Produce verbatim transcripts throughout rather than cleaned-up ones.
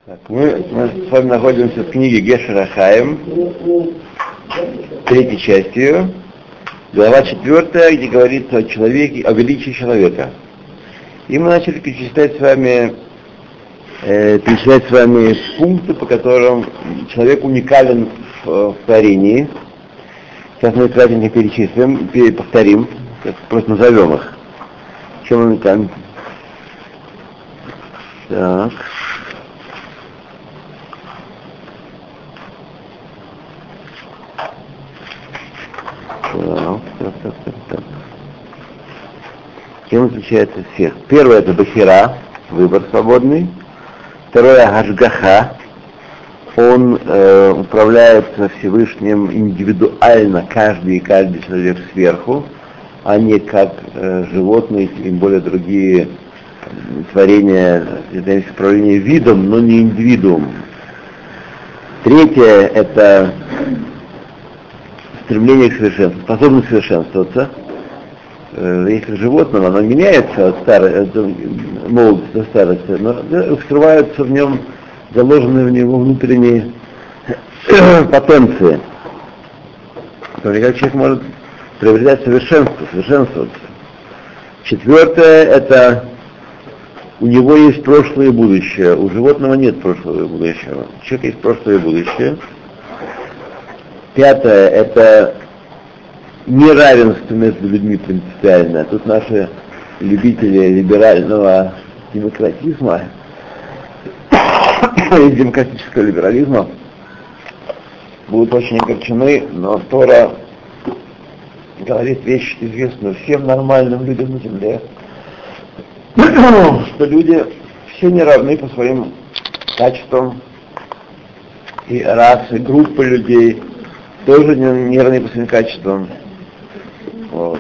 Так, мы, мы с вами находимся в книге Гешер ха-Хаим, третьей части ее, глава четвертая, где говорится о человеке, о величии человека. И мы начали перечислять с вами, э, перечислять с вами пункты, по которым человек уникален в, в творении. Сейчас мы кратенько перечислим, повторим, просто назовем их. Чем он уникален? Так. Так, так, так, так. Чем отличается всех? Первое — это бахира, выбор свободный. Второе — хашгаха. Он э, управляется Всевышним индивидуально, каждый и каждый человек сверху, а не как э, животные, тем более другие творения, это управление видом, но не индивидуумом. Третье — это стремление к совершенству, способность совершенствоваться. Если животным оно меняется от, старой, от молодости до старости, но скрываются в нем заложенные в него внутренние потенции. Только как человек может приобретать совершенство, совершенствоваться. Четвертое — это у него есть прошлое и будущее. У животного нет прошлого и будущего. У человека есть прошлое и будущее. Пятое — это неравенство между людьми принципиально. Тут наши любители либерального демократизма и демократического либерализма будут очень огорчены, но Тора говорит вещь, известную всем нормальным людям на земле, что люди все не равны по своим качествам, и расы, группы людей тоже не, не равны по своим качествам. Вот.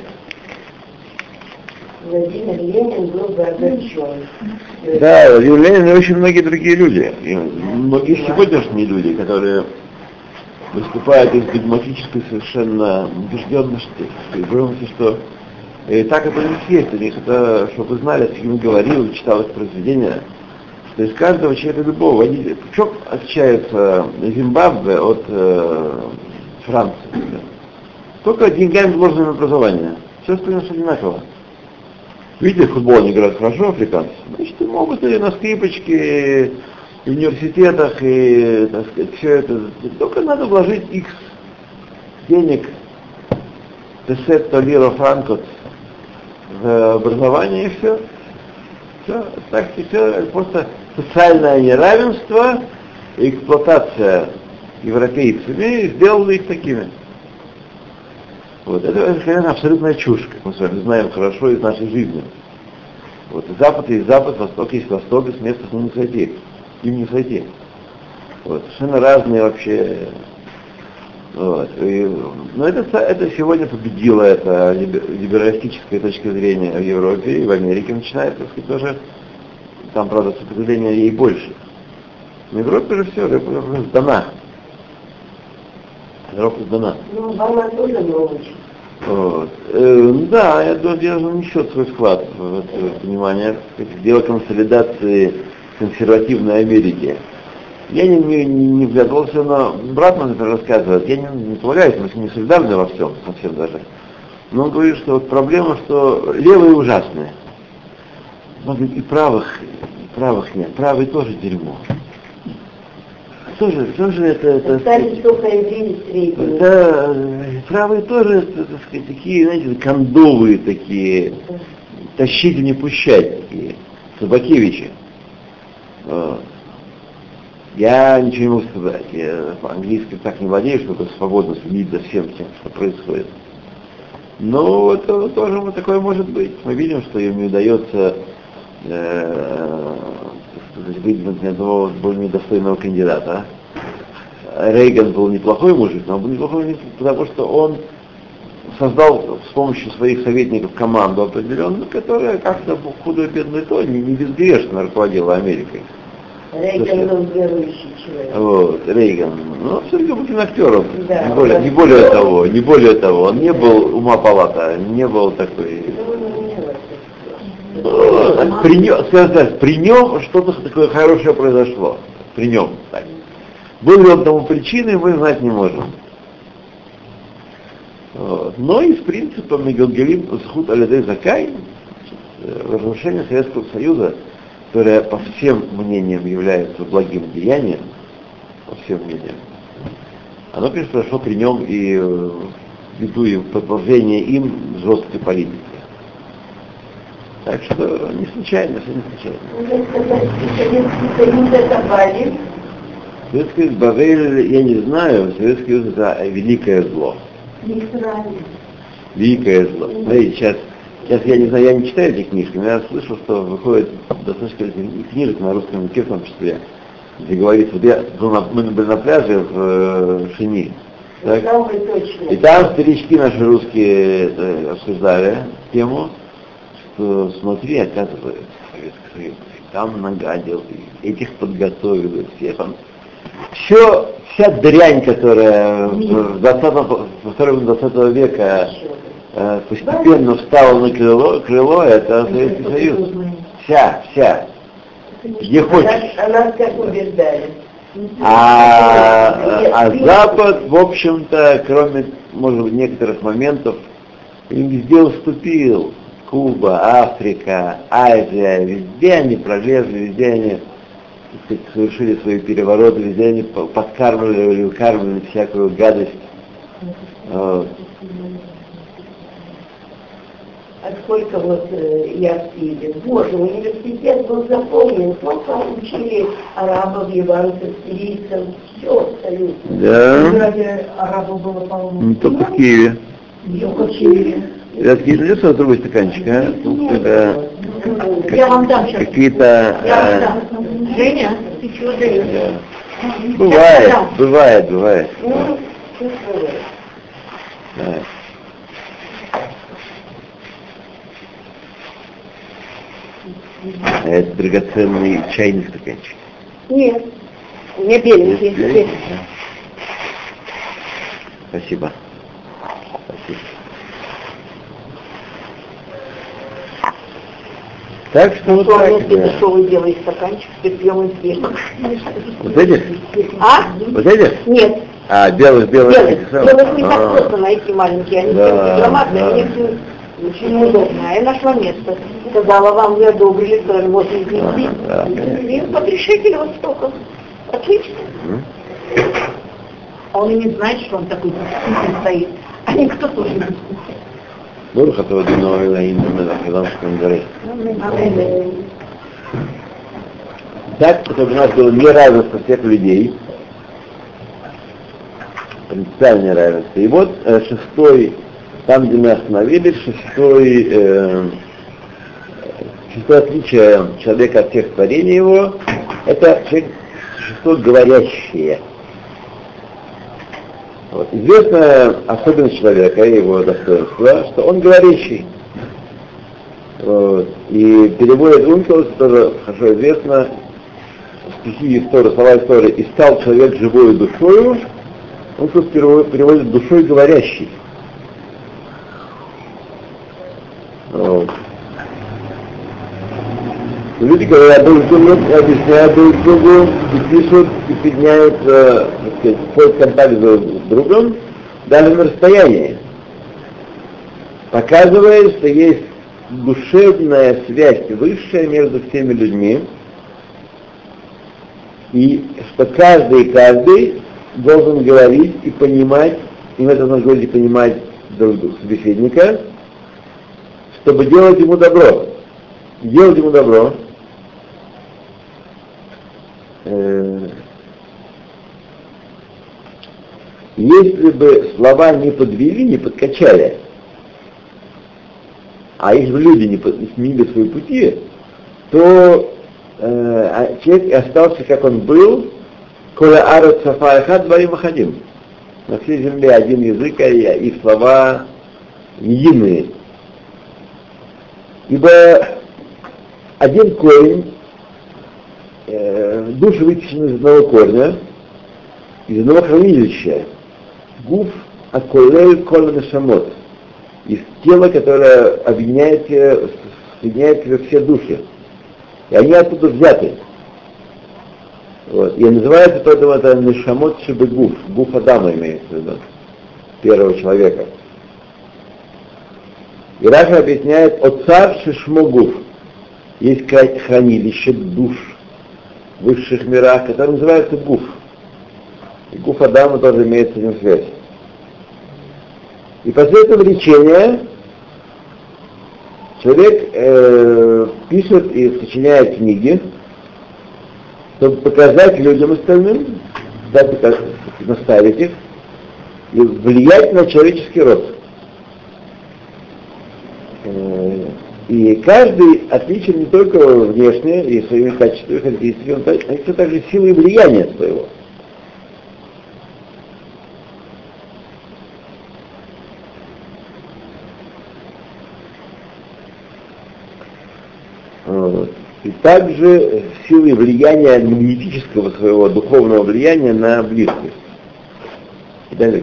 Владимир Ленин был бы огорчен. Да, Владимир Ленин и очень многие другие люди. И многие сегодняшние люди, которые выступают из догматической совершенно убежденности, и уверенности, что и так это у них есть, у них это, чтобы вы знали, с кем говорил, читал их произведения, что из каждого человека любого водителя. В чем отличается Зимбабве от э, Франции? Только деньгами вложенным образование. Все остальное одинаково. Видите, в футбол они играют хорошо, африканцы. Значит, могут и на скрипочке, и в университетах, и, так сказать, все это. Только надо вложить X денег, десять лира франкот, в образование, и все. Все, так и все. Это просто социальное неравенство и эксплуатация европейцами сделала их такими. Вот. Это, конечно, абсолютная чушь, как мы с вами знаем хорошо из нашей жизни. Вот. И Запад есть Запад, Восток есть Восток, и с места с ним не сойти. Им не сойти. Вот. Совершенно разные вообще. Вот. И, но это, это сегодня победила эта либералистическая точка зрения в Европе, и в Америке начинает, так сказать, тоже, там, правда, сопротивление ей больше. В Европе же все, Европа сдана. Европа сдана. Ну, Обама тоже научит. Вот. Э, да, я думаю, я же несет свой вклад в это понимание, дело консолидации консервативной Америки. Я не, не, не вглядывался, но брат мой, например, рассказывает, я не, не полагаюсь, мы с ним не солидарны во всем, совсем даже. Но он говорит, что вот проблема, что левые ужасные. Он говорит, и правых, и правых нет, правые тоже дерьмо. Тоже, тоже это... это Остались только евреи средние. Да, правые тоже, это, так сказать, такие, знаете, кондовые такие, тащить и не пущать такие, Собакевичи. Вот. Я ничего не могу сказать, я по-английски так не владею, чтобы свободно следить за всем тем, что происходит. Но это тоже вот такое может быть. Мы видим, что им не удается э, выдвинуть ни одного более достойного кандидата. Рейган был неплохой мужик, но он был неплохой мужик, потому что он создал с помощью своих советников команду определенную, которая как-то худой бедной то не, не безгрешно руководила Америкой. Рейган был верующий человек. Вот, Рейган. Ну, все-таки был актером. Да, не, более, не более того, не более того. Он не был ума палата, не был такой. Ну, при нем, скажем так, при нем что-то такое хорошее произошло. при нем. Так. Был ли он тому причиной, мы знать не можем. Вот. Но из принципа Мегалгалим Зхут Алядей Закай, разрушение Советского Союза, которое по всем мнениям является благим деянием, по всем мнениям, оно, конечно, прошло при нем и ввиду и продолжения им жесткой политики. Так что не случайно, все не случайно. Советский Союз Бавель, я не знаю, Советский Союз это великое зло. Великое зло. Смотрите, сейчас, сейчас я не знаю, я не читаю эти книжки, но я слышал, что выходит достаточно книжек на русском языке в том числе, где говорится, вот я, мы были на пляже в э, Шини, так? И там старички наши русские это, обсуждали тему, что смотри, оказывается, Советский Союз, там нагадил, этих подготовил, всех он. Все, вся дрянь, которая в двадцатом, во втором двадцатого века э, постепенно встала на крыло, крыло, это Советский Союз. Вся, вся. Где хочешь. А нас как убеждали. А, а Запад, в общем-то, кроме, может быть, некоторых моментов, везде уступил. Куба, Африка, Азия, везде они пролезли, везде они, так сказать, совершили свои перевороты, везде они подкармливали, выкармливали всякую гадость. Вот. А сколько вот э, я в Киеве. Боже, университет был заполнен, только учили арабов, яванцев, сирийцев, все абсолютно. Да. Ради арабов было полно. Не только в Киеве. Не только в Киеве. Ребятки, найдется другой стаканчик, а? Тут это, как, я вам дам сейчас. Какие-то... Я вам А, дам. Женя, ты чего даешь? да. Бывает, бывает, бывает. Ну, что бывает. Да. А это драгоценный чайный стаканчик. Нет, у меня беленький. Есть, есть? Спасибо. Спасибо. Так что вот Что так, мне да. что вы делаете стаканчик с пеплем и пеплом? Вот эти? А? Вот эти? Нет. А, белых, белых. Белых. Белых не так А. просто найти маленькие, они Да, все громадные, да. они все очень удобно. А я нашла место. Сказала вам, вы одобрили, сказали, вот из десяти. Да, да. И подрешили вот столько. Отлично. М? А он и не знает, что он такой вкусный стоит. А никто тоже не вкусный. Бурх этого динова Илаина на Хиламском горе. Так, чтобы у нас было неравенство всех людей, принципиальное равенство. И вот э, шестой, там, где мы остановились, шестой, э, шестое отличие человека от всех творений его, это существо говорящее. Вот. Известная особенность человека и его достоинство, что он говорящий. Вот. И переводит Ункелс, тоже хорошо известно, стихи истории, слова истории, и стал человек живой душою, Ункелс переводит душой говорящий. Вот. Люди говорят друг другу, объясняют друг другу, и пишут, и подняются, так сказать, входят в контакт друг с другом, даже на расстоянии, показывая, что есть душевная связь высшая между всеми людьми, и что каждый и каждый должен говорить и понимать, и в этом говорить и понимать друг друга, собеседника, чтобы делать ему добро. Делать ему добро. Если бы слова не подвели, не подкачали, а если бы люди не сменили свои пути, то э, человек остался, как он был, коля арат сафарахат дварим ахадим. На всей земле один язык, и слова единые. Ибо один корень, э, души вытащены из одного корня, из одного хранилища, гуф аколель коль нешамот, из тела, которое объединяет, соединяет все души. И они оттуда взяты. Вот. И называется поэтому это Нешамот Шебегуф, Гуф Адама имеется в виду, первого человека. И Раша объясняет, Оцар Шишмогуф, есть хранилище душ в высших мирах, которое называется Гуф. И Гуф Адама тоже имеет с этим связь. И после этого речения человек э, пишет и сочиняет книги, чтобы показать людям остальным, дать, наставить их и влиять на человеческий род. И каждый отличен не только внешне и своими качествами, характеристиками, он отличен также силой влияния своего. Вот. И также силой влияния магнетического своего духовного влияния на близких. И далее.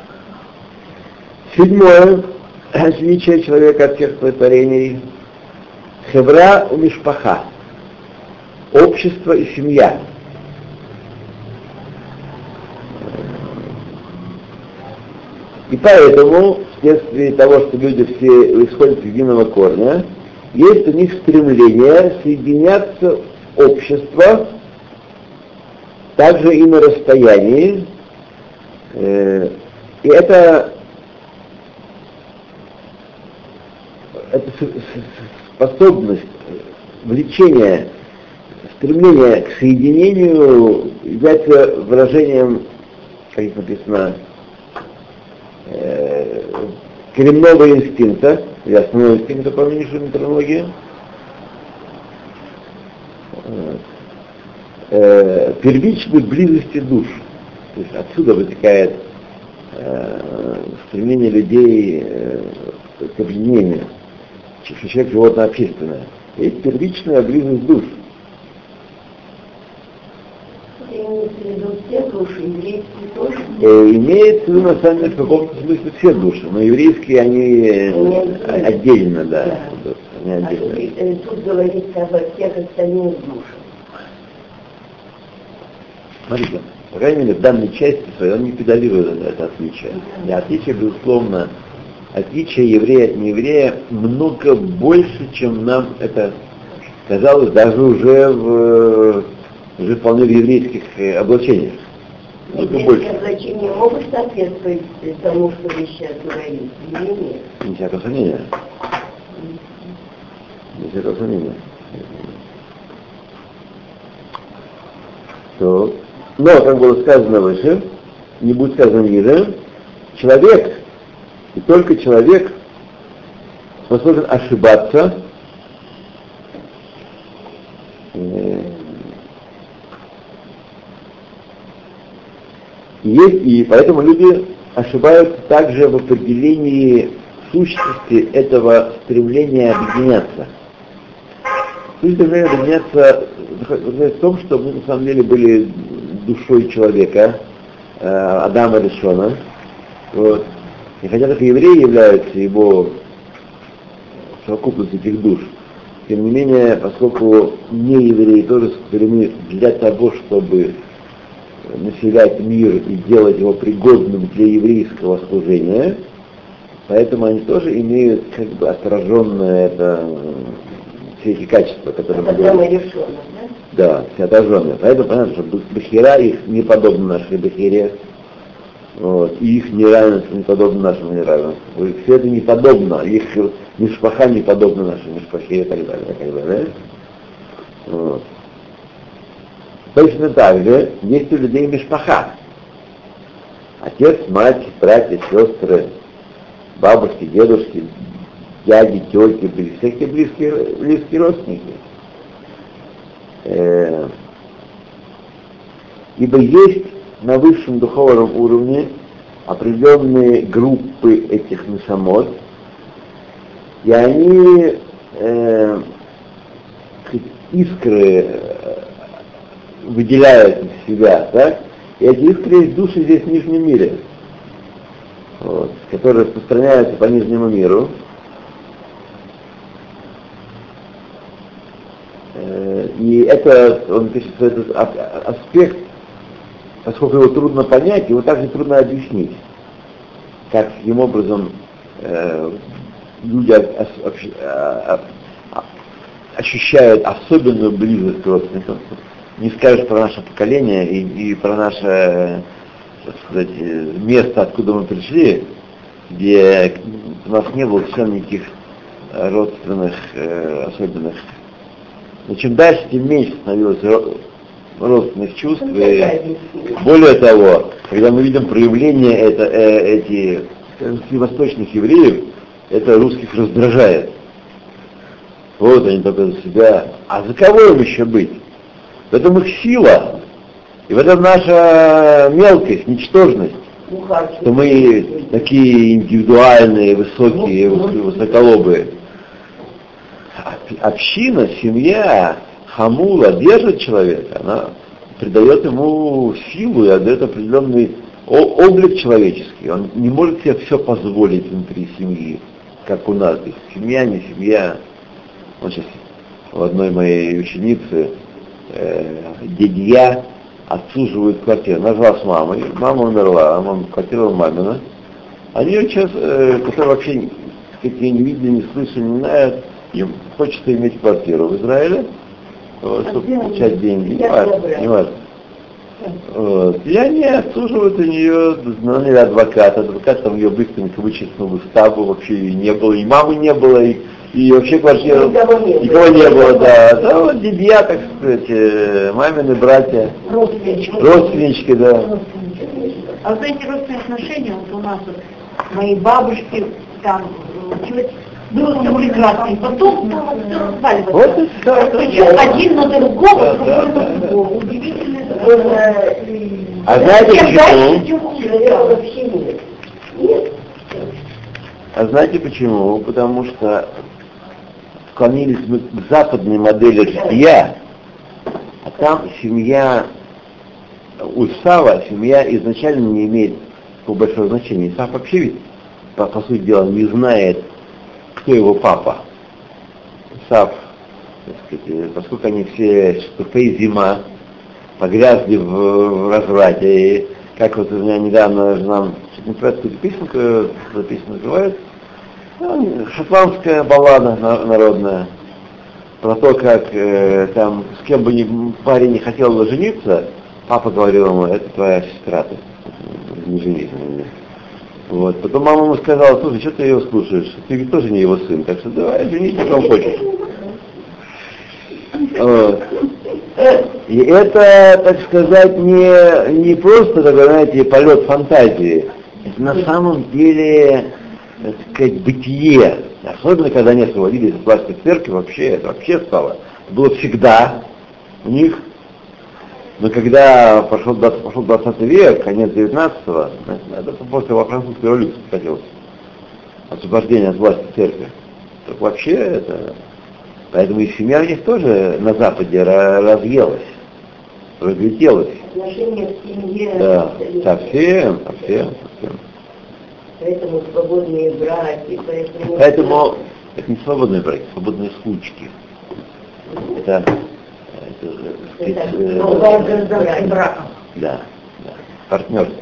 Седьмое. Отличие человека от всех творений. Хевра у мишпаха. Общество и семья. И поэтому, вследствие того, что люди все исходят из единого корня, есть у них стремление соединяться в общество, также и на расстоянии. И это эта способность, влечение, стремление к соединению является выражением, как здесь написано, э, коренного инстинкта, или основного инстинкта по нынешней терминологии. Э, первичной близости душ. То есть отсюда вытекает э, стремление людей э, к объединению. Что человек животное общественное. Есть первичная близость душ. Имеется в виду все души, еврейские тоже? Э, имеется в виду, на самом деле, в каком-то смысле все души, но еврейские, они, они отдельно, да. да. Они отдельно. А тут, тут говорится обо всех остальных душах. Смотрите, по крайней мере, в данной части своей он не педалирует это отличие. И отличие, безусловно, отличие еврея от нееврея много больше, чем нам это казалось, даже уже в уже вполне в еврейских облачениях. Много больше. Облачения могут соответствовать тому, что вы сейчас говорите, или нет? Не всякого сомнения. Не всякого сомнения. То. Но, как было сказано выше, не будет сказано ниже, человек, и только человек способен ошибаться, есть, и поэтому люди ошибаются также в определении сущности этого стремления объединяться. Суть стремления объединяться в том, что мы на самом деле были душой человека, э, Адама Ришона. Вот. И хотя как евреи являются его совокупностью этих душ, тем не менее, поскольку не евреи тоже скорены для того, чтобы населять мир и делать его пригодным для еврейского служения, поэтому они тоже имеют как бы отраженное это, все эти качества, которые мы говорим. Да? Да, все отраженные. Поэтому понятно, что бахира их не подобно нашей бахире, вот, и их неравенство не подобно нашему неравенству. Все это не подобно, их мишпаха не подобна нашей мишпахе и так далее. И так далее. Вот. Точно так же есть у людей мишпаха. Отец, мать, братья, сестры, бабушки, дедушки, дяди, тети, всякие близкие, близкие родственники. Э, ибо есть на высшем духовном уровне определенные группы этих нешамот, и они э, искры выделяют из себя, так? И эти искры есть души здесь в нижнем мире, вот, которые распространяются по нижнему миру. И это, он пишет, что этот аспект, поскольку его трудно понять, его также трудно объяснить, как каким образом э, люди ос, ос, ос, ощущают особенную близость к родственникам. Не скажешь про наше поколение и, и про наше, так сказать, место, откуда мы пришли, где у нас не было совершенно никаких родственных э, особенных. Но чем дальше, тем меньше становилось родственных чувств. И более того, когда мы видим проявление это, э, этих восточных евреев, это русских раздражает. Вот они только за себя. А за кого им еще быть? В этом их сила. И в этом наша мелкость, ничтожность. Что мы такие индивидуальные, высокие, высоколобые. Община, семья, хамула держит человека, она придает ему силу и отдает определенный облик человеческий. Он не может себе все позволить внутри семьи, как у нас. То есть семья, не семья. Вот сейчас у одной моей ученицы э, дядья отсуживают квартиру. Она жила с мамой, мама умерла, а мама, квартира мамина. Они сейчас, э, которые вообще такие не видели, не слышали, не знают, им хочется иметь квартиру в Израиле, вот, чтобы получать деньги. Не важно, не важно. Вот. И они отсуживают у нее, наняли адвоката, адвокат там ее быстренько вычеркнул из табу, вообще и не было, и мамы не было, и, и вообще квартиры никого не, никого не было, да. Да, вот дядья, так сказать, мамины братья, родственнички, родственнички, да. А вот эти родственные отношения, вот у нас вот, мои бабушки, там, было все прекрасно, и потом стало все разваливаться. Вот и да, причем да, один на другого, да, другой да, на другого. Да. Удивительно. А знаете почему? Нет. А знаете почему? Потому что склонились мы к западной модели жития, а там семья, у Исава семья изначально не имеет такого большого значения. Исав вообще ведь, по, по сути дела, не знает, кто его папа. Исав, так сказать, поскольку они все штуфей зима, погрязли в, в разврате, и как вот у меня недавно жена какую-то песенку записано называют, ну, шотландская баллада народная, про то, как э, там с кем бы ни, парень не хотел жениться, папа говорил ему, это твоя сестра, ты не женись на меня. Вот. Потом мама ему сказала, слушай, что ты ее слушаешь? Ты ведь тоже не его сын, так что давай, женись, кем хочешь. Вот. И это, так сказать, не, не просто такой, знаете, полет фантазии. Это на самом деле, так сказать, бытие. Особенно, когда они освободились от власти церкви, вообще, это вообще стало. Это было всегда у них. Но когда пошел, пошел двадцатый век, конец девятнадцатого, это после французской революции хотелось, освобождение от власти церкви, так вообще это... Поэтому и семья у них тоже на Западе разъелась, разлетелась. Отношения в семье... Да, совсем, совсем, совсем. Поэтому свободные браки, поэтому... Поэтому это не свободные браки, свободные случаи. Это... Это, это, это брак. Да, да, партнерство.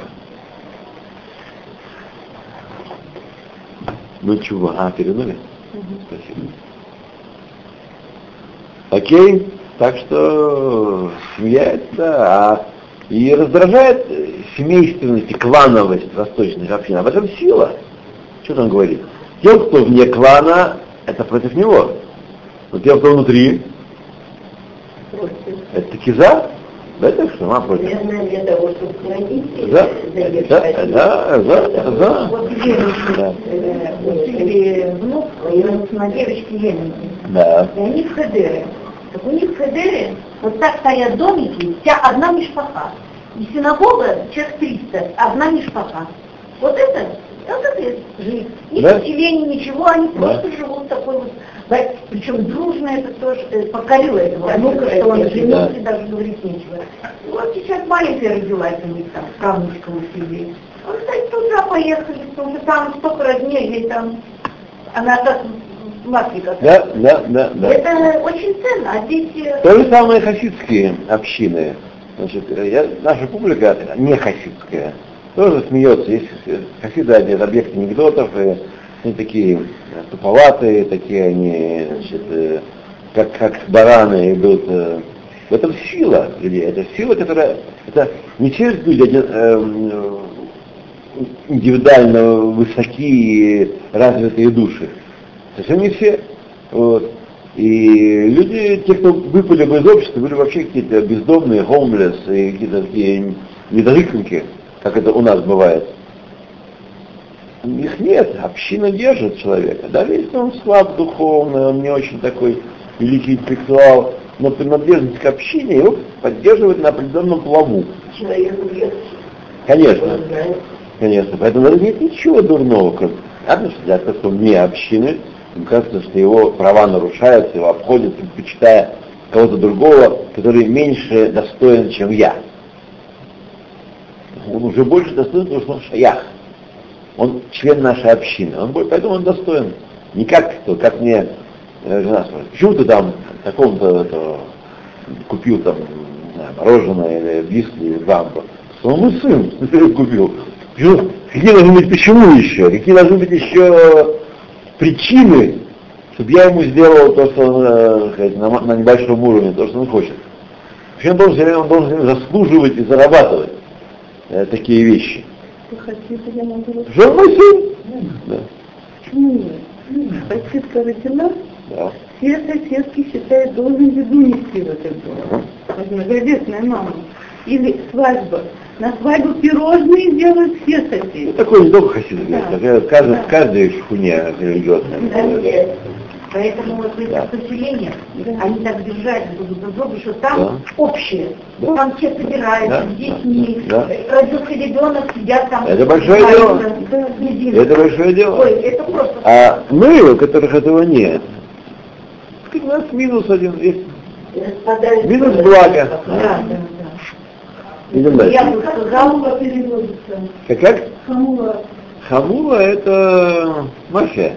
Ну чего, а, перенули? Угу. Спасибо. Окей, так что семья, да, а и раздражает семейственность и клановость восточных общин, а в этом сила. Что там говорит? Те, кто вне клана, это против него. Но те, кто внутри, это таки за? Да, это что, а против? Наверное, для того, чтобы хранить, да, да, да, да, да. Вот Сильвии внук, на девочке Ленинки. Да. И они в Хедере. Так у них в Хедере вот так стоят домики, вся одна мишпаха. И синагога, человек триста, одна мишпаха. Вот это, вот это жизнь. Ни да? поселения, ничего, они да. просто живут такой вот. Причем дружно это тоже покорило этого внука, что он женился, да. Даже говорить нечего. Вот сейчас маленькая родилась у них там, правнучка у Сильвии. Он, кстати, туда поехали, потому что там столько родней, там, она так Маслика. Да, да, да, да. Это очень ценно, а здесь... э, То же самое хасидские общины. Значит, я, наша публика не хасидская, тоже смеется. Есть хасиды, они объекты анекдотов, и они такие туповатые, такие они, значит, э, как, как бараны идут. э. В этом сила людей. Это сила, которая... Это не все люди один, э, индивидуально высокие, развитые души. Совсем не все. Вот. И люди, те, кто выпали бы из общества, были вообще какие-то бездомные, хоумлес, и какие-то такие недорыкники, как это у нас бывает. Их нет, община держит человека. Даже если он слаб духовно, он не очень такой великий интеллектуал, но принадлежность к общине его поддерживает на определенном плаву. Человеку легче. Конечно. Конечно. Поэтому нет ничего дурного, кроме того, что для того, что вне общины, мне кажется, что его права нарушаются, его обходят, предпочитая кого-то другого, который меньше достоин, чем я. Он уже больше достоин, потому что он шаях. Он член нашей общины. Он, поэтому он достоин. Не как кто, как мне э, жена спрашивает, почему ты там таком-то это, купил там, не знаю, мороженое или виски или бамбу? Он мой сын, ты купил. Почему? Какие должны быть почему еще? Какие должны быть еще причины, чтобы я ему сделал то, что он, сказать, на, на небольшом уровне, то, что он хочет. Вообще он должен, он должен заслуживать и зарабатывать э, такие вещи. Вы хотите, я могу... Что он мой сын? Да. Почему нет? Соседка родила, Да. все соседки считают, должен виду нести в этот дом. Вот многодетная мама. Или свадьба. На свадьбу пирожные делают все соседи. Ну, такое не только хасиды, Да. такая в каждой, в каждой шхуне религиозной. Да, нет. Поэтому вот в этих Да. поселениях Да. они так держались друг за друга, что там Да. общее. Да. Там все собираются Да. с детьми, Да. родился ребенок, сидят там. Это большое дело. Да, следили. Это большое дело. Ой, это просто... А мы, у которых этого нет, у нас минус один есть. Минус благо. Да, да, да. Идем дальше. Я бы сказала, Хамула переводится. Как, как? Хамула. Хамула это мафия.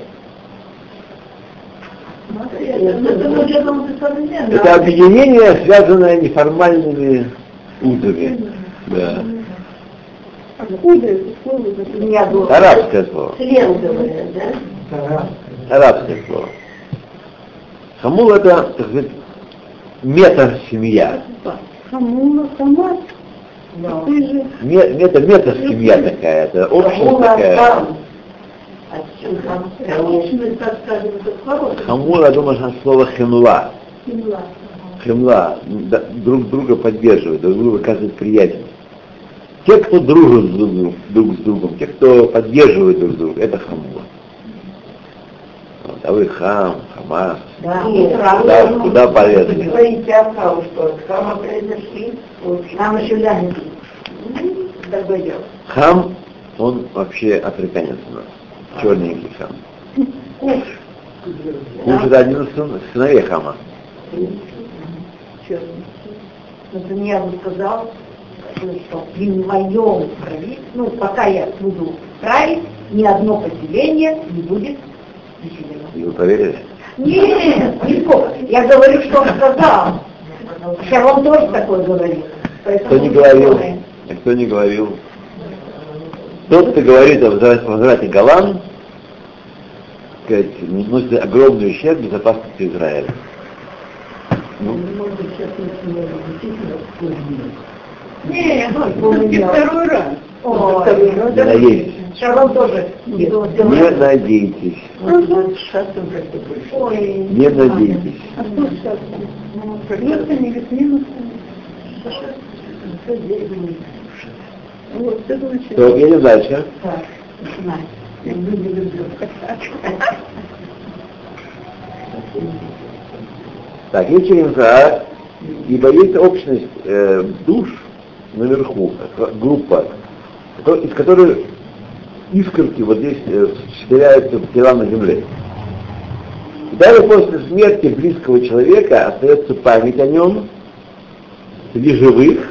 Это объединение, связанное неформальными узами. Да. Откуда это слово? у меня было... Арабское слово. Член, говорят, да? Арабское слово. Хамула это, так сказать, мета-семья. Хамула, Хамас. Ты же... Ме- Мета, мета-семья такая, это общность такая. Отсюда, Конечно, так скажем, это хорошее. Хамула, я думаю, что слово хемла. Семья. Хемла, да, друг друга поддерживает, друг друга оказывает приятель. Те, кто дружит друг, друг, друг с другом, те, кто поддерживает друг друга, это хамула. Вот, а вы хам, хамас, Да, Нет, куда, ну, куда Вы полезли? говорите о Хам, что от Хама произошли. Вот. Нам еще лянет. Другое дело. Хам, он вообще африканец у нас, черненький хам. Куш. Куш это один из сын- сыновей хама. Черный. Например, я бы сказал, что при моем правительстве, ну, пока я буду править, ни одно поселение не будет заселено. И вы поверили? Нет, не сколько. Я говорю, что он сказал. Шарон тоже такое говорил. Поэтому Кто не говорил? А кто не говорил? Тот, кто говорит о возврате, возврате Голланд, сказать, наносит огромный ущерб безопасности Израиля. Ну, Может быть, сейчас мы действительно вспомним. Нет, Все-таки второй раз. Ой, Второй раз. не надейтесь. Шарон тоже не было Не надейтесь. Сейчас он как-то больше. Ой, Не надейтесь. А что сейчас? Плюсами или с минусами? Вот, это очень... То, едем дальше. так, начинаем. Люди любят. Так, и черенка, ибо есть общность э, душ наверху, э, группа, ко- из которой искорки вот здесь э, швыряются в тела на земле. И даже после смерти близкого человека остается память о нем среди живых,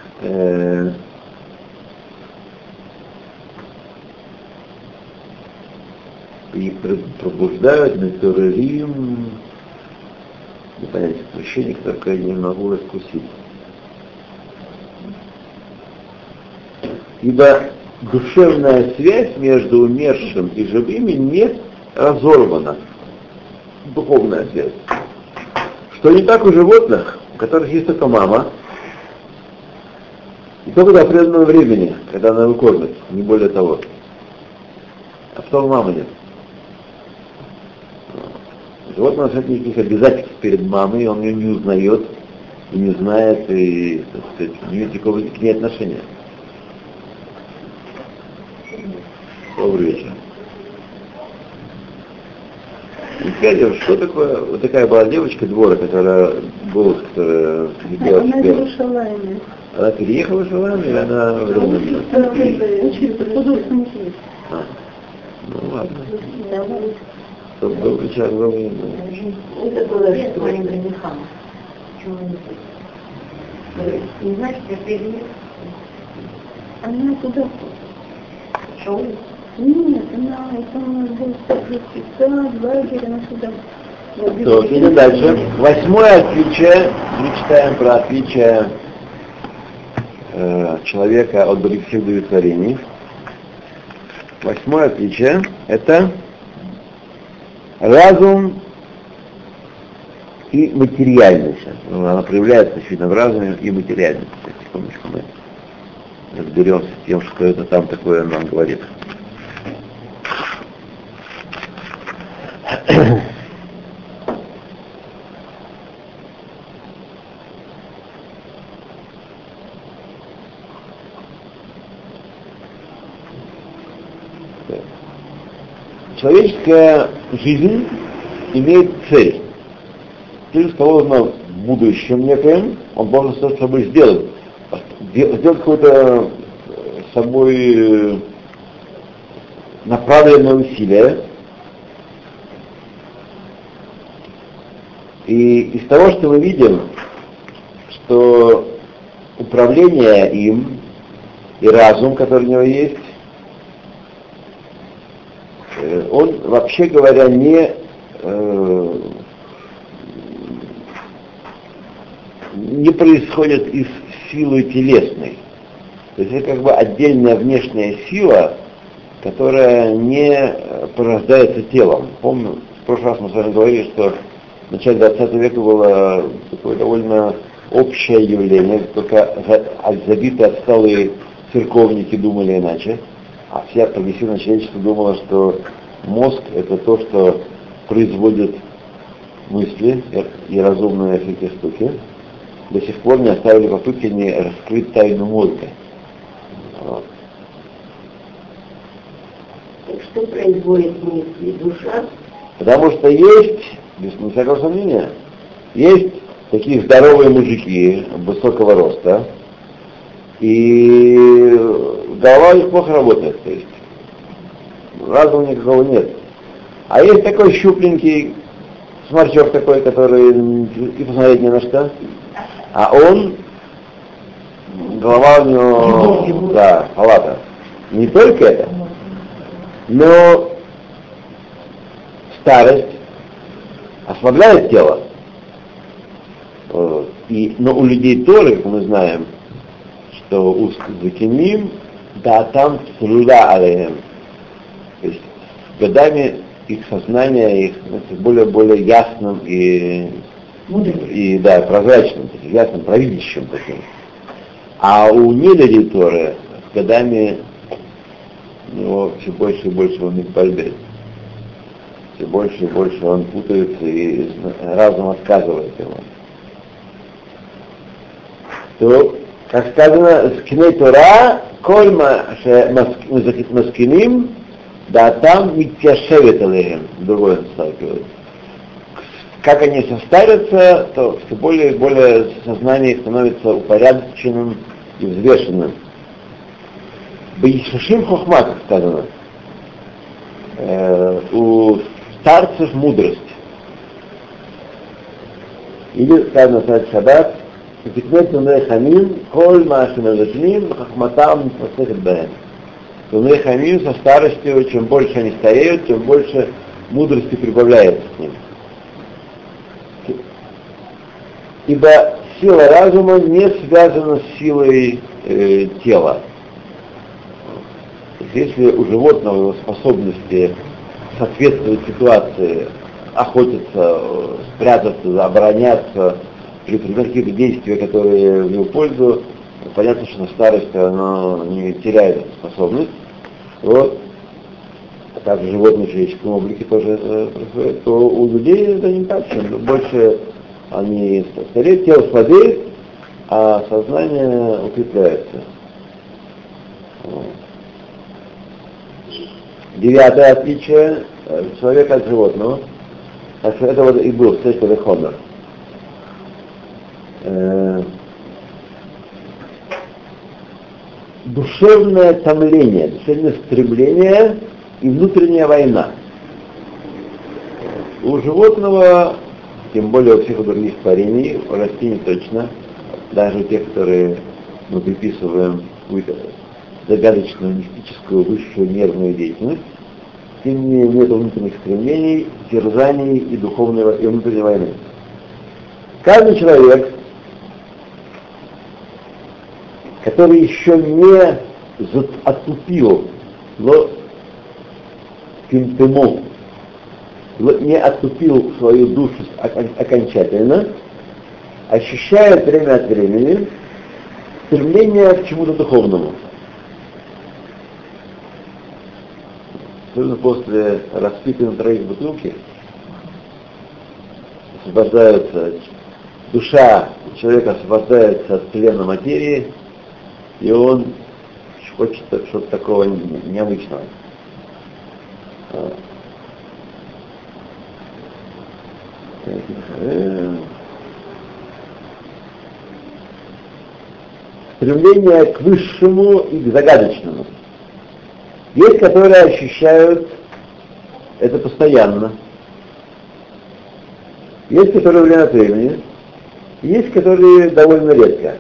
э, они пробуждают метеоризм, непонятно, священник, только я не могу раскусить. Ибо душевная связь между умершим и живыми не разорвана, духовная связь. Что не так у животных, у которых есть только мама, и только до определенного времени, когда она его кормит, не более того. А потом мамы нет. Животное нет никаких обязательств перед мамой, он ее не узнает, и не знает, и, так сказать, не имеет никакого к ней отношения. Добрый вечер. И скажем, что такое, вот такая была девочка двора, которая голос, которая летела в Она из Шалайма. Она переехала в Шалайм, или она временно? Учится в художественном училище. А, ну ладно. Чтобы был вечер, был Это было что? Не знаешь, где переехал? Она туда. Шел? Нет, она, это у нас был сад, лагерь, она сюда. То, идем дальше. Восьмое отличие, мы читаем про отличие э, человека от других всех удовлетворений. Восьмое отличие — это разум и материальность. Она проявляется, очевидно, в разуме и материальности. Секундочку, мы разберемся с тем, что это там такое нам говорит. Человеческая жизнь имеет цель. Цель положена в будущем некоем, он должен что-то с собой сделать. Сделать какое-то с собой направленное усилие. И из того, что мы видим, что управление им и разум, который у него есть, он, вообще говоря, не, э, не происходит из силы телесной. То есть это как бы отдельная внешняя сила, которая не порождается телом. Помню, в прошлый раз мы с вами говорили, что в начале двадцатого века было такое довольно общее явление, только забитые отсталые церковники думали иначе. А вся прогрессивное человечество думало, что мозг — это то, что производит мысли и разумные всякие штуки. До сих пор не оставили попытки не раскрыть тайну мозга. Вот. Так что производит мысли душа? Потому что есть, без всякого сомнения, есть такие здоровые мужики высокого роста, и голова у них плохо работает, то есть разума никакого нет. А есть такой щупленький сморчок такой, который и посмотреть не на что, а он, голова у него, да, палата. Не только это, но старость ослабляет тело. И, но у людей тоже, как мы знаем, что у закиним, да там труда алейхем. То есть с годами их сознание их более более ясным и, и да, прозрачным, таким, ясным, провидящим таким. А у нелюдей Торы с годами у него все больше и больше он их бальбит. Все больше и больше он путается и разум отказывает ему. То, как сказано, скиней Тора, кольма маскиним, да там митяшевет алейхем, другой он сталкивается. Как они состарятся, то все более и более сознание становится упорядоченным и взвешенным. Бейшашим хохма, как сказано, э, у старцев мудрость. Или сказано в Сад Шаббат, «Тикнет нуней хамим, коль машим элэшним, хахматам посехет бэм». что нехамим со старостью, чем больше они стареют, тем больше мудрости прибавляется к ним. Ибо сила разума не связана с силой э, тела. Если у животного его способности соответствовать ситуации, охотиться, спрятаться, обороняться, предпринимать какие-то действия, которые в его пользу, понятно, что на старости оно не теряет эту способность. Вот. А также животные в человеческом облике тоже э, происходит, то у людей это не так. Чем больше они стареют, тело слабеет, а сознание укрепляется. Вот. Девятое отличие человека от животного. Так что это вот и был Сефер Хомер. Э, душевное томление, душевное стремление и внутренняя война. У животного, тем более у всех других творений, у растений точно, даже у тех, которые мы приписываем какую-то загадочную, мистическую, высшую нервную деятельность, тем не менее нет внутренних стремлений, терзаний и духовной и внутренней войны. Каждый человек, который еще не отупил, но пимпему, не отупил свою душу окончательно, ощущает время от времени стремление к чему-то духовному. Особенно после распития на троих бутылки освобождается, душа человека освобождается от плена материи, и он хочет что-то такого необычного. Стремление к высшему и к загадочному. Есть, которые ощущают это постоянно. Есть, которые время от времени. Есть, которые довольно редко.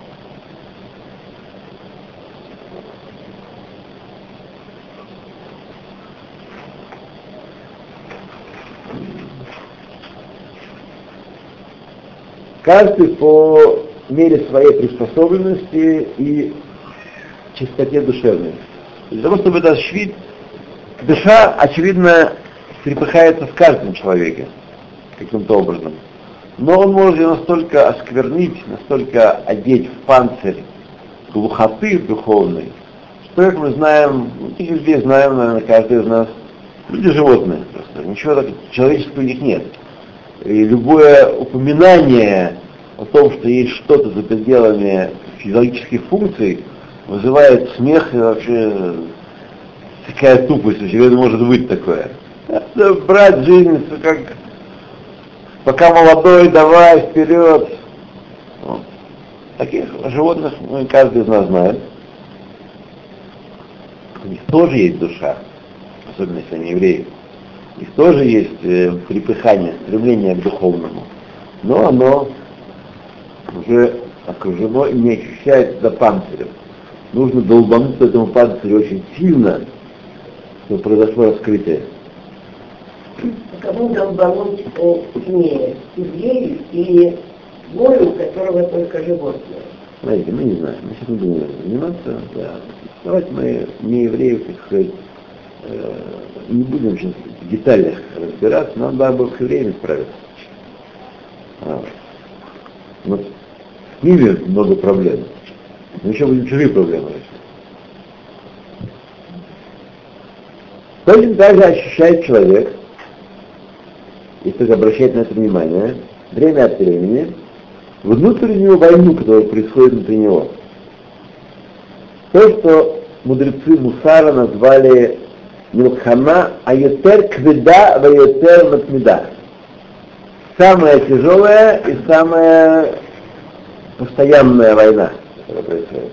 Каждый по мере своей приспособленности и чистоте душевной. Для того, чтобы это ощутить, душа, очевидно, трепыхается в каждом человеке каким-то образом. Но он может ее настолько осквернить, настолько одеть в панцирь глухоты духовной, что, как мы знаем, таких людей знаем, наверное, каждый из нас, люди животные просто, ничего так человеческого у них нет. И любое упоминание о том, что есть что-то за пределами физиологических функций, вызывает смех и вообще такая тупость, у тебя может быть такое. Это брать жизнь как пока молодой, давай, вперед. Вот. Таких животных ну, каждый из нас знает. У них тоже есть душа, особенно если они евреи. У них тоже есть э, припыхание, стремление к духовному. Но оно уже окружено и не ощущается до панциря. Нужно долбануть по этому панцирю очень сильно, чтобы произошло раскрытие. Кому долбануть сильнее? Еврею или волю, у которого только животное? Знаете, мы не знаем, мы сейчас не будем заниматься. Да. Давайте мы не евреев, так сказать, э, не будем сейчас в деталях разбираться, нам надо было к евреям справиться. А. Вот с ними много проблем. Но еще будем чужие проблемы решать. Точно так же ощущает человек, если обращать на это внимание, время от времени, внутреннюю войну, которая происходит внутри него. То, что мудрецы Мусара назвали Милхама Айотер Кведа Вайотер Матмида. Самая тяжелая и самая постоянная война, которая происходит.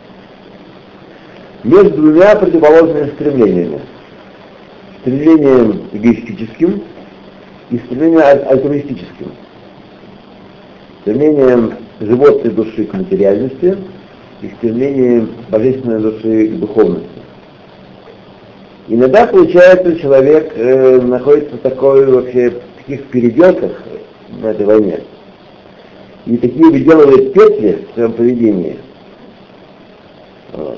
Между двумя противоположными стремлениями. Стремлением эгоистическим и стремлением альтруистическим. Стремлением животной души к материальности и стремлением божественной души к духовности. Иногда получается, человек э, находится в такой вообще в таких переделках на этой войне. И такие выделывает петли в своем поведении. Вот.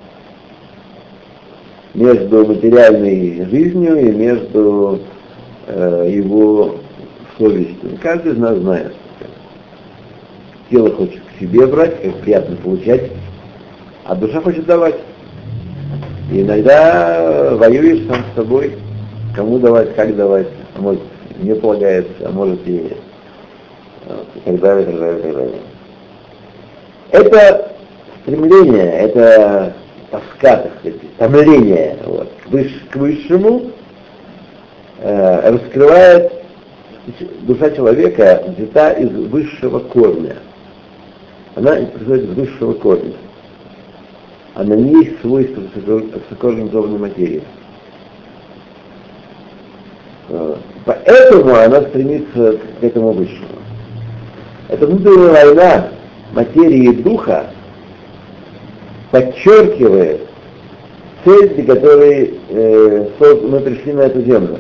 Между материальной жизнью и между э, его совестью. Каждый из нас знает. Тело хочет к себе брать, как приятно получать, а душа хочет давать. И иногда воюешь сам с собой, кому давать, как давать, а может не полагается, а может и, и так далее, и так далее, и так далее. Это стремление, это тоска, так сказать, томление вот, к, выш, к высшему э, раскрывает душа человека, взята из высшего корня. Она происходит из высшего корня. Она не есть свойство высокоорганизованной материи. Поэтому она стремится к этому высшему. Эта внутренняя война материи и духа подчеркивает цель, для которой э, мы пришли на эту землю.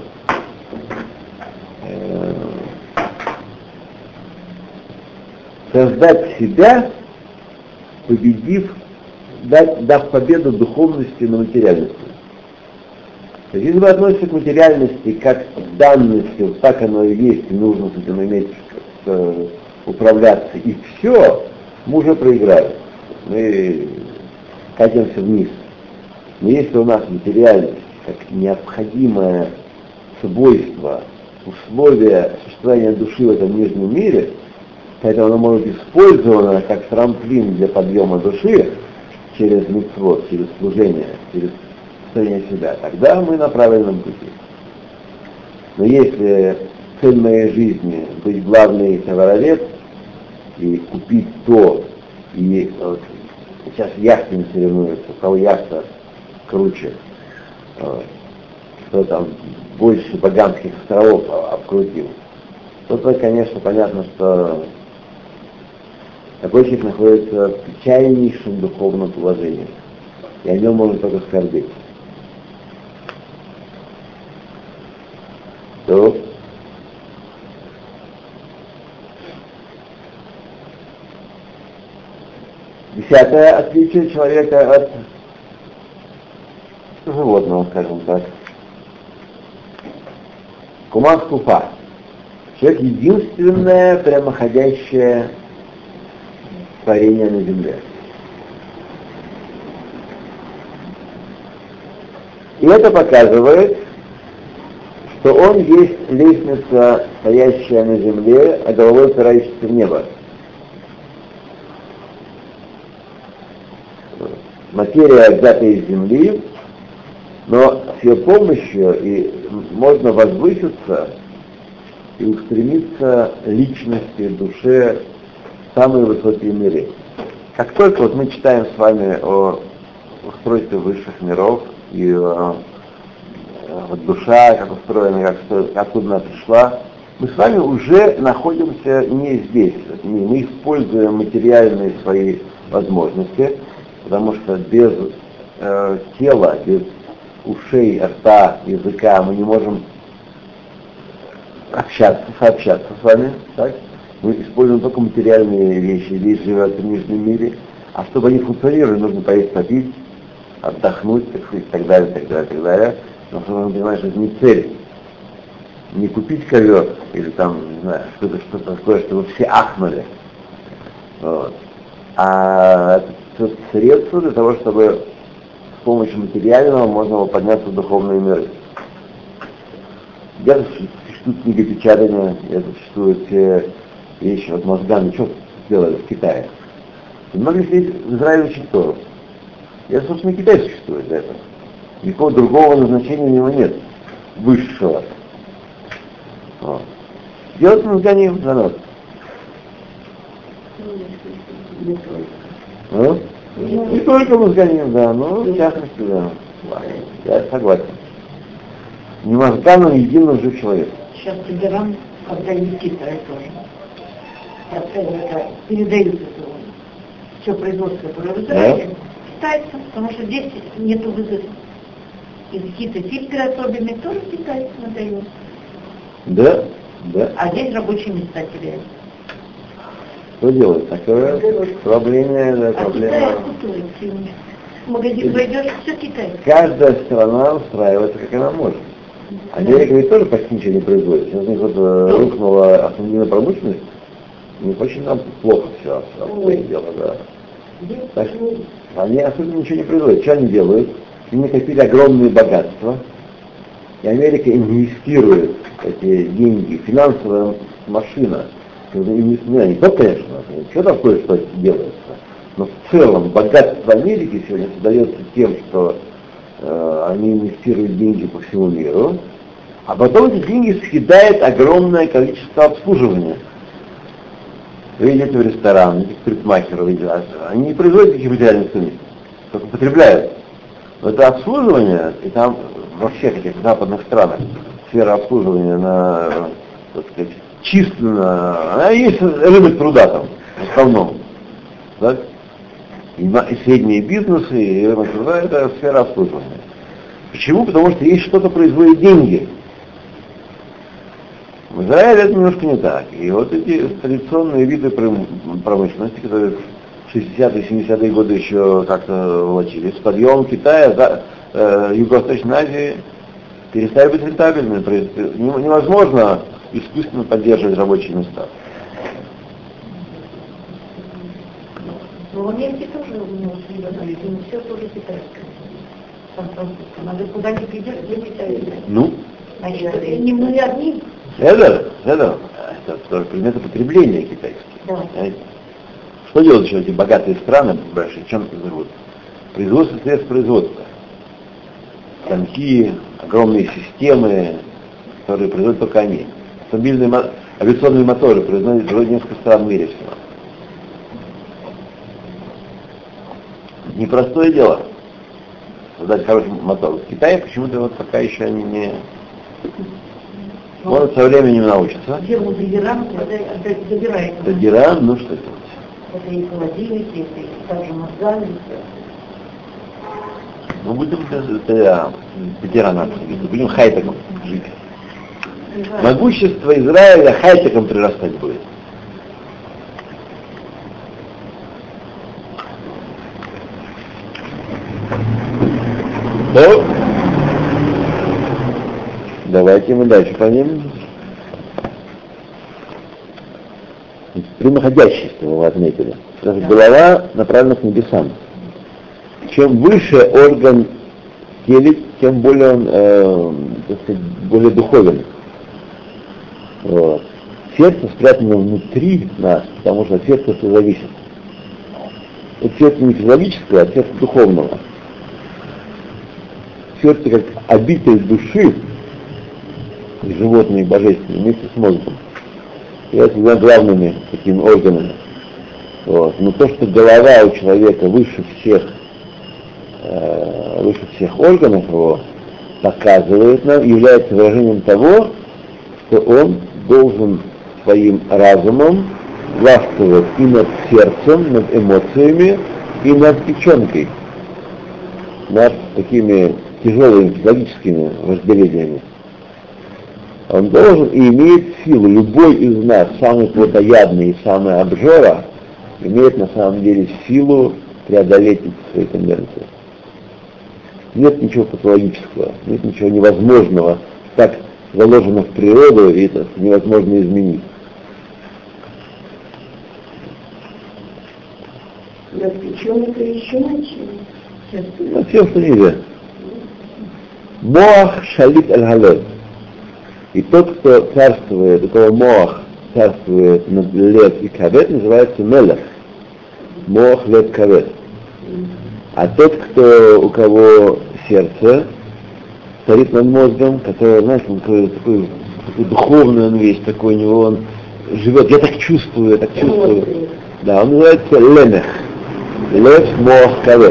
Э, создать себя, победив, дать, дав победу духовности на материальности. То есть, если вы относитесь к материальности как к данности, так оно и есть, и нужно с этим иметь, э, управляться, и все, мы уже проиграли. Мы катимся вниз. Но если у нас материальность как необходимое свойство, условие существования души в этом нижнем мире, поэтому оно может быть использовано как трамплин для подъема души через мицвот, через служение, через состояние себя, тогда мы на правильном пути. Но если цель моей жизни быть главный товаровед и купить то, и вот, сейчас яхтами соревнуются, у кого яхта круче, вот, кто там больше Багамских островов обкрутил, то, то, конечно, понятно, что такой человек находится в печальнейшем духовном положении, и о нем можно только скорбеть. То десятое отличие человека от животного, скажем так. Куман скуфа. Человек единственное прямоходящее творение на земле. И это показывает, что он есть лестница, стоящая на земле, а головой упирающаяся в небо. Материя взята из земли, но с ее помощью и можно возвыситься и устремиться личности, душе в самые высокие миры. Как только вот мы читаем с вами о устройстве высших миров и о, вот душа, как устроена, как, что, откуда она пришла, мы с вами уже находимся не здесь. Мы используем материальные свои возможности, потому что без э, тела, без ушей, рта, языка мы не можем общаться, сообщаться с вами. Так? Мы используем только материальные вещи, вещи живет в нижнем мире, а чтобы они функционировали, нужно поесть, попить, отдохнуть, так сказать, и так далее, так далее, так далее. Но нужно понимать, что это не цель. Не купить ковер или там, не знаю, что-то, что-то такое, чтобы все ахнули. Вот. А это средство для того, чтобы с помощью материального можно было подняться в духовные миры. Где-то существует книгопечатание, где-то существуют все вещи, вот Мозганы, что сделали в Китае. И многие здесь в Израиле учат Тору. Я, собственно, Китай существует для этого. Никакого другого назначения у него нет, высшего. Вот. Делать Мозганим за нас. Ну? Не только Мозганим, да, но в частности, да. Я согласен. Не Мозганом, единым жив человек. Сейчас собираем, когда не в Китае тоже. Передают все производство, которое в Израиле, китайцам, потому что здесь нету выгоды. и какие-то фильтры особенные тоже Китай надает. Да, да. А здесь рабочие места теряют. Что делать? Такое проблема, да, А проблема. Китай откуда? В магазин пойдешь, все китайское. Каждая страна устраивается, как она может. Америка ведь тоже почти ничего не производит. Сейчас у них вот э, рухнула автомобильная промышленность, у них очень нам плохо все обстоит дело, да. Так, они особенно ничего не производят. Что они делают? Они накопили огромные богатства, и Америка инвестирует эти деньги, финансовая машина. Не только, конечно, что там кое-что делается, но в целом богатство Америки сегодня создается тем, что э, они инвестируют деньги по всему миру, а потом эти деньги съедает огромное количество обслуживания. Вы идете в ресторан, идете к парикмахеру, они не производят таких материальных ценностей, только потребляют. Но это обслуживание, и там вообще, как в западных странах, сфера обслуживания на, так сказать, численно, она есть рынок труда там, в основном. Так? И, и средние бизнесы, и рынок труда — это сфера обслуживания. Почему? Потому что есть что-то производит деньги. В Израиле это немножко не так. И вот эти традиционные виды промышленности, которые в шестидесятые и семидесятые годы еще как-то волочились, с подъемом Китая, за, э, Юго-Восточной Азии перестали быть рентабельными. Невозможно искусственно поддерживать рабочие места. Но в Америке тоже у него не все тоже китайское. Надо куда-нибудь идешь, где китайское. Ну? Значит, не мы одни. Это, это, это тоже предметы потребления китайские. Да. Что делают еще эти богатые страны большие? Чем живут? Производство средств производства. Станки, огромные системы, которые производят только они. Автомобильные, авиационные моторы производят вроде несколько стран в мире всего. Непростое дело создать хороший мотор. В Китае почему-то вот пока еще они не... Может, со временем научатся. Фирму Дагеран забирает. Дагеран, ну что делать? Это и холодильники, это и также мозгами. Мы будем ветеранами, будем хай-теком жить. Могущество Израиля хай-теком прирастать будет. То давайте мы дальше пойдем. Прямоходящество мы отметили. Голова направлена к небесам. Чем выше орган в теле, тем более он, э, так сказать, более духовен. Вот. Сердце спрятано внутри нас, потому что от сердца все зависит. Это сердце не физиологическое, а сердце духовного. Сердце как обитель души, животные и божественные, вместе с мозгом. являются двумя главными такими органами. Вот. Но то, что голова у человека выше всех, э, выше всех органов его, показывает нам, является выражением того, что он должен своим разумом властвовать и над сердцем, над эмоциями, и над печенкой, над такими тяжелыми психологическими разделениями. Он должен и имеет силу. Любой из нас, самый плотоядный и самый обжора, имеет на самом деле силу преодолеть эти свои тенденции. Нет ничего патологического, нет ничего невозможного, так заложено в природу, и это невозможно изменить. Да причем это еще начали. Ну, всем, что нельзя. Моах шалит аль-халет. И тот, кто царствует, у кого моах царствует над лет и кавет, называется мелех. Моах лет кавет. А тот, кто, у кого сердце стоит над мозгом, который, знаешь, он такой, такой, такой духовный он весь, такой у него он живет, я так чувствую, я так чувствую. Да, он называется лемех. Лев моах кавет.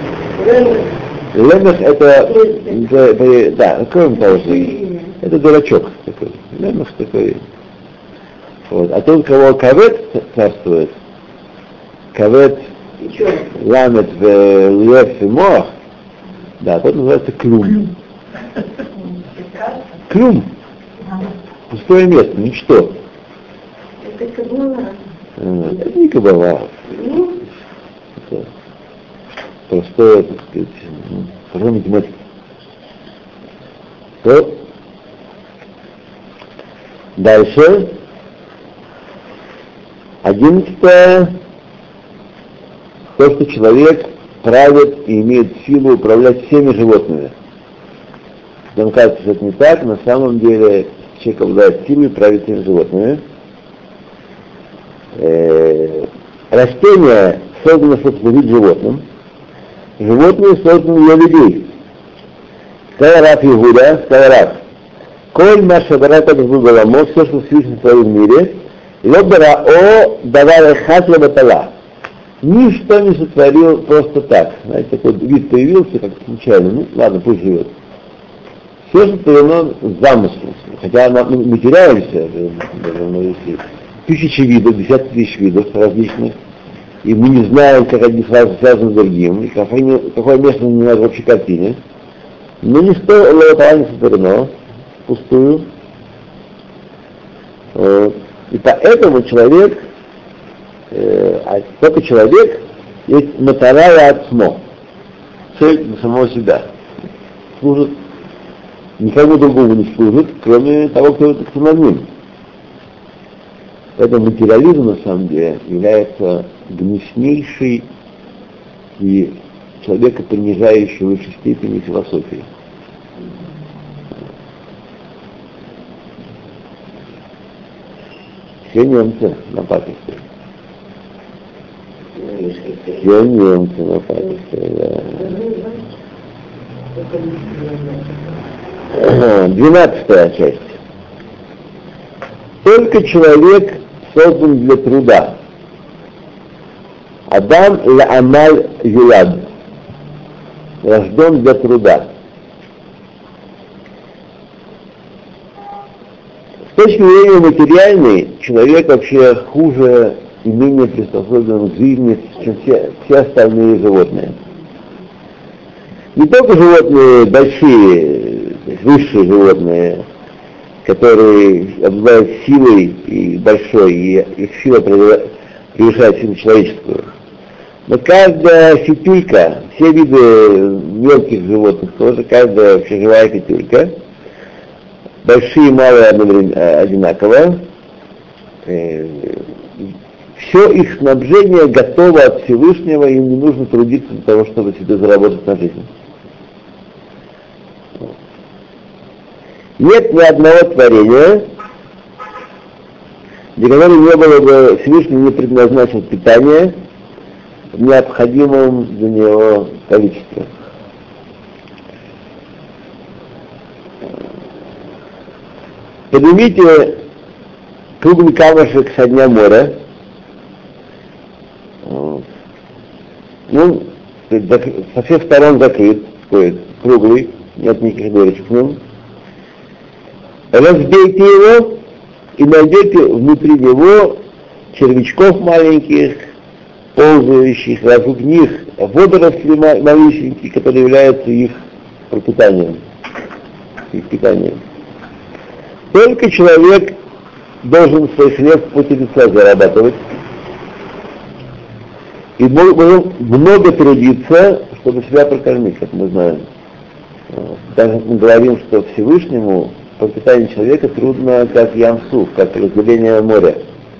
Лемех это, это, это да, кроме того, что это дурачок такой. Лемех такой. Вот. А тот, у кого кавет царствует, кавет, ламет, лев и моах, Да, тот называется клюм. Клюм. Пустое место, ничто. Это кабала. Это не кабала. Это простое, так сказать, простая математика. То. Дальше. Одиннадцатое. То, что человек правит и имеет силу управлять всеми животными. Нам кажется, что это не так, на самом деле человек обладает силой править всеми животными. Э, растения созданы, чтобы служить животным. Животные созданы для людей. Сказал Рав Иуда, сказал Рав, коль наша бара так было, все, что Всевышний творил в мире, лобара о давара хатла батала. Ничто не сотворил просто так. Знаете, такой вид появился, как случайно. Ну, ладно, пусть живет. Все же сотворено с замыслом. Хотя мы, мы теряемся, тысячи видов, десятки тысяч видов различных, и мы не знаем, как они связаны с другим, и какое, какое место занимает в общей картине. Но ничто ловотала не сотворено пустую. И поэтому человек, э, а только человек есть матара отсмо, цель для самого себя. Служит, никому другому не служит, кроме того, кто это самим. Поэтому материализм на самом деле является гнуснейшей и человека принижающей в высшей степени философией. Все немцы на папище. Все немцы на папище, да. Двенадцатая часть. Только человек создан для труда. Адам ла-амаль юлад. Рожден для труда. С точки зрения материальной, человек вообще хуже и менее приспособлен к жизни, чем все, все остальные животные. Не только животные большие, высшие животные, которые обладают силой и большой, и их сила превышает силу человеческую. Но каждая фитюлька, все виды мелких животных тоже, каждая вообще живая фитюлька, большие и малые одинаково, все их снабжение готово от Всевышнего, им не нужно трудиться для того, чтобы себе заработать на жизнь. Нет ни одного творения, для которого не было бы, Всевышний не предназначил питание в необходимом для него количестве. Поднимите круглый камушек со дна моря, ну, со всех сторон закрыт, такой круглый, нет никаких дырочек в нем. Разбейте его и найдете внутри него червячков маленьких, ползающих, вокруг них водоросли малюсенькие, которые являются их пропитанием, их питанием. Только человек должен свой хлеб в поте лица зарабатывать и должен много трудиться, чтобы себя прокормить, как мы знаем. Даже мы говорим, что Всевышнему пропитание человека трудно, как Ям-Суф, как разделение моря.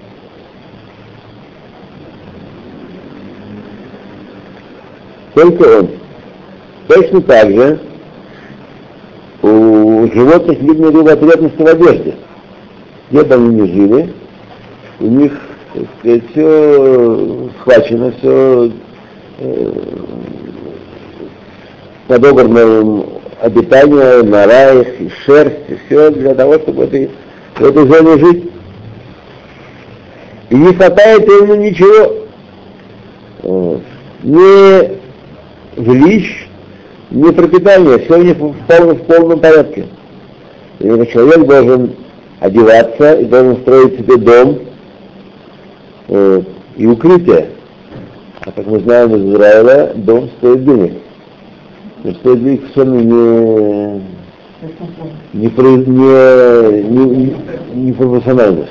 Только он. Точно так же у животных видно рыбоответности в одежде. Где бы они ни жили, у них, так сказать, все схвачено, все э, подобрано обитание, нора их, и шерсть, и все для того, чтобы в этой, в этой зоне жить. И не хватает ему ничего. Вот. Ни жилищ, ни пропитания, все у них в полном, в полном порядке. И человек должен одеваться и должен строить себе дом э, и укрытие. А как мы знаем из Израиля, дом стоит денег. что это совершенно не, не, не, не, не пропорциональность.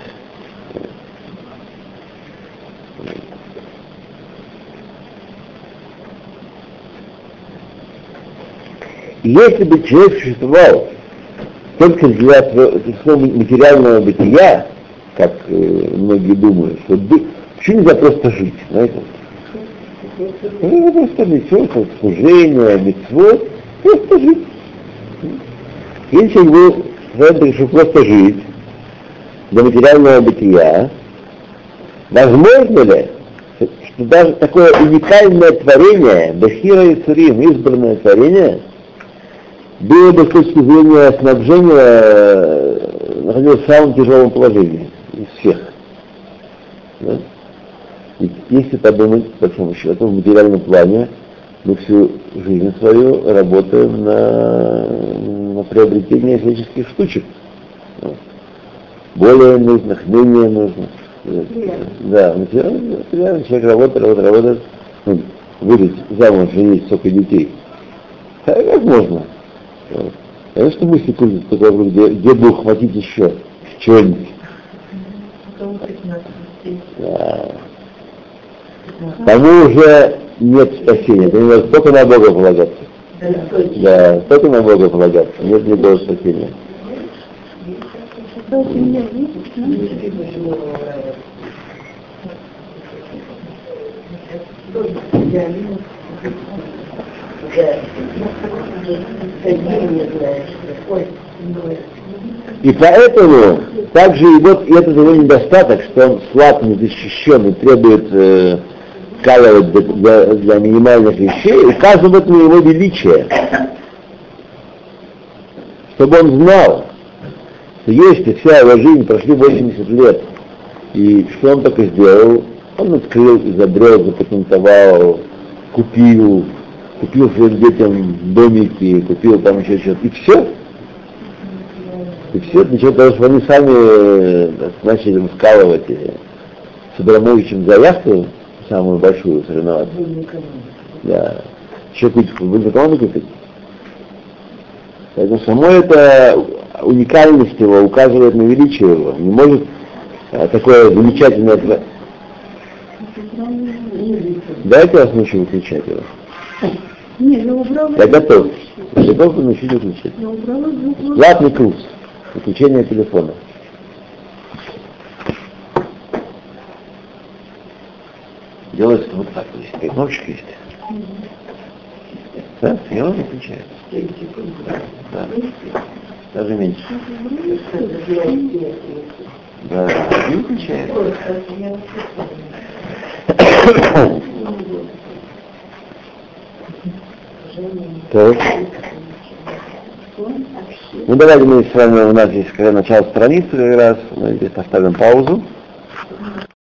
Если бы человек существовал только для своего материального бытия, как э, многие думают, что почему нельзя просто жить, знаете? Ну, просто жить, все это служение, мицвот, просто жить. Если человек решил просто жить для материального бытия, возможно ли, что даже такое уникальное творение, Бахира и Цурим, избранное творение, было бы с точки зрения снабжения находилось в самом тяжелом положении из всех. Да? И если подумать, по большому счету, в материальном плане, мы всю жизнь свою работаем на, на приобретение всяческих штучек. Да? Более нужных, менее нужных. Да, материально, материально человек работает, работает, работает, ну, выйдет замуж, женить, столько детей. А как можно? Конечно, мысли крутятся только вокруг, где, где бы ухватить еще чего-нибудь. Да. Тому уже нет спасения, тому нужно только на Бога полагаться. Да, только на Бога полагаться, нет никакого спасения. И поэтому также и вот этот его недостаток, что он слаб, незащищен и требует э, калывать для, для, для минимальных вещей, указывает на его величие. Чтобы он знал, что если вся его жизнь прошли восемьдесят лет, и что он только сделал, он открыл, изобрел, запатентовал, купил, купил своим детям домики, купил там еще что-то, и все. И все для чего, потому что они сами начали вкалывать с Абрамовичем за яхту, самую большую, соревноваться. Да. Еще купить футбольную команду купить. Поэтому само это уникальность его указывает на величие его. Не может а, такое замечательное... Дайте вас научу выключать его. Не, я убрала... Я готов. Я готов научить выключать. Я убрала звук. Платный курс. Выключение телефона. Делается вот так. Здесь такая кнопочка есть. Да, и он выключает. Да. Даже меньше. Да, и выключает. Так. Ну давайте мы с вами, у нас здесь начало страницы как раз, мы здесь поставим паузу.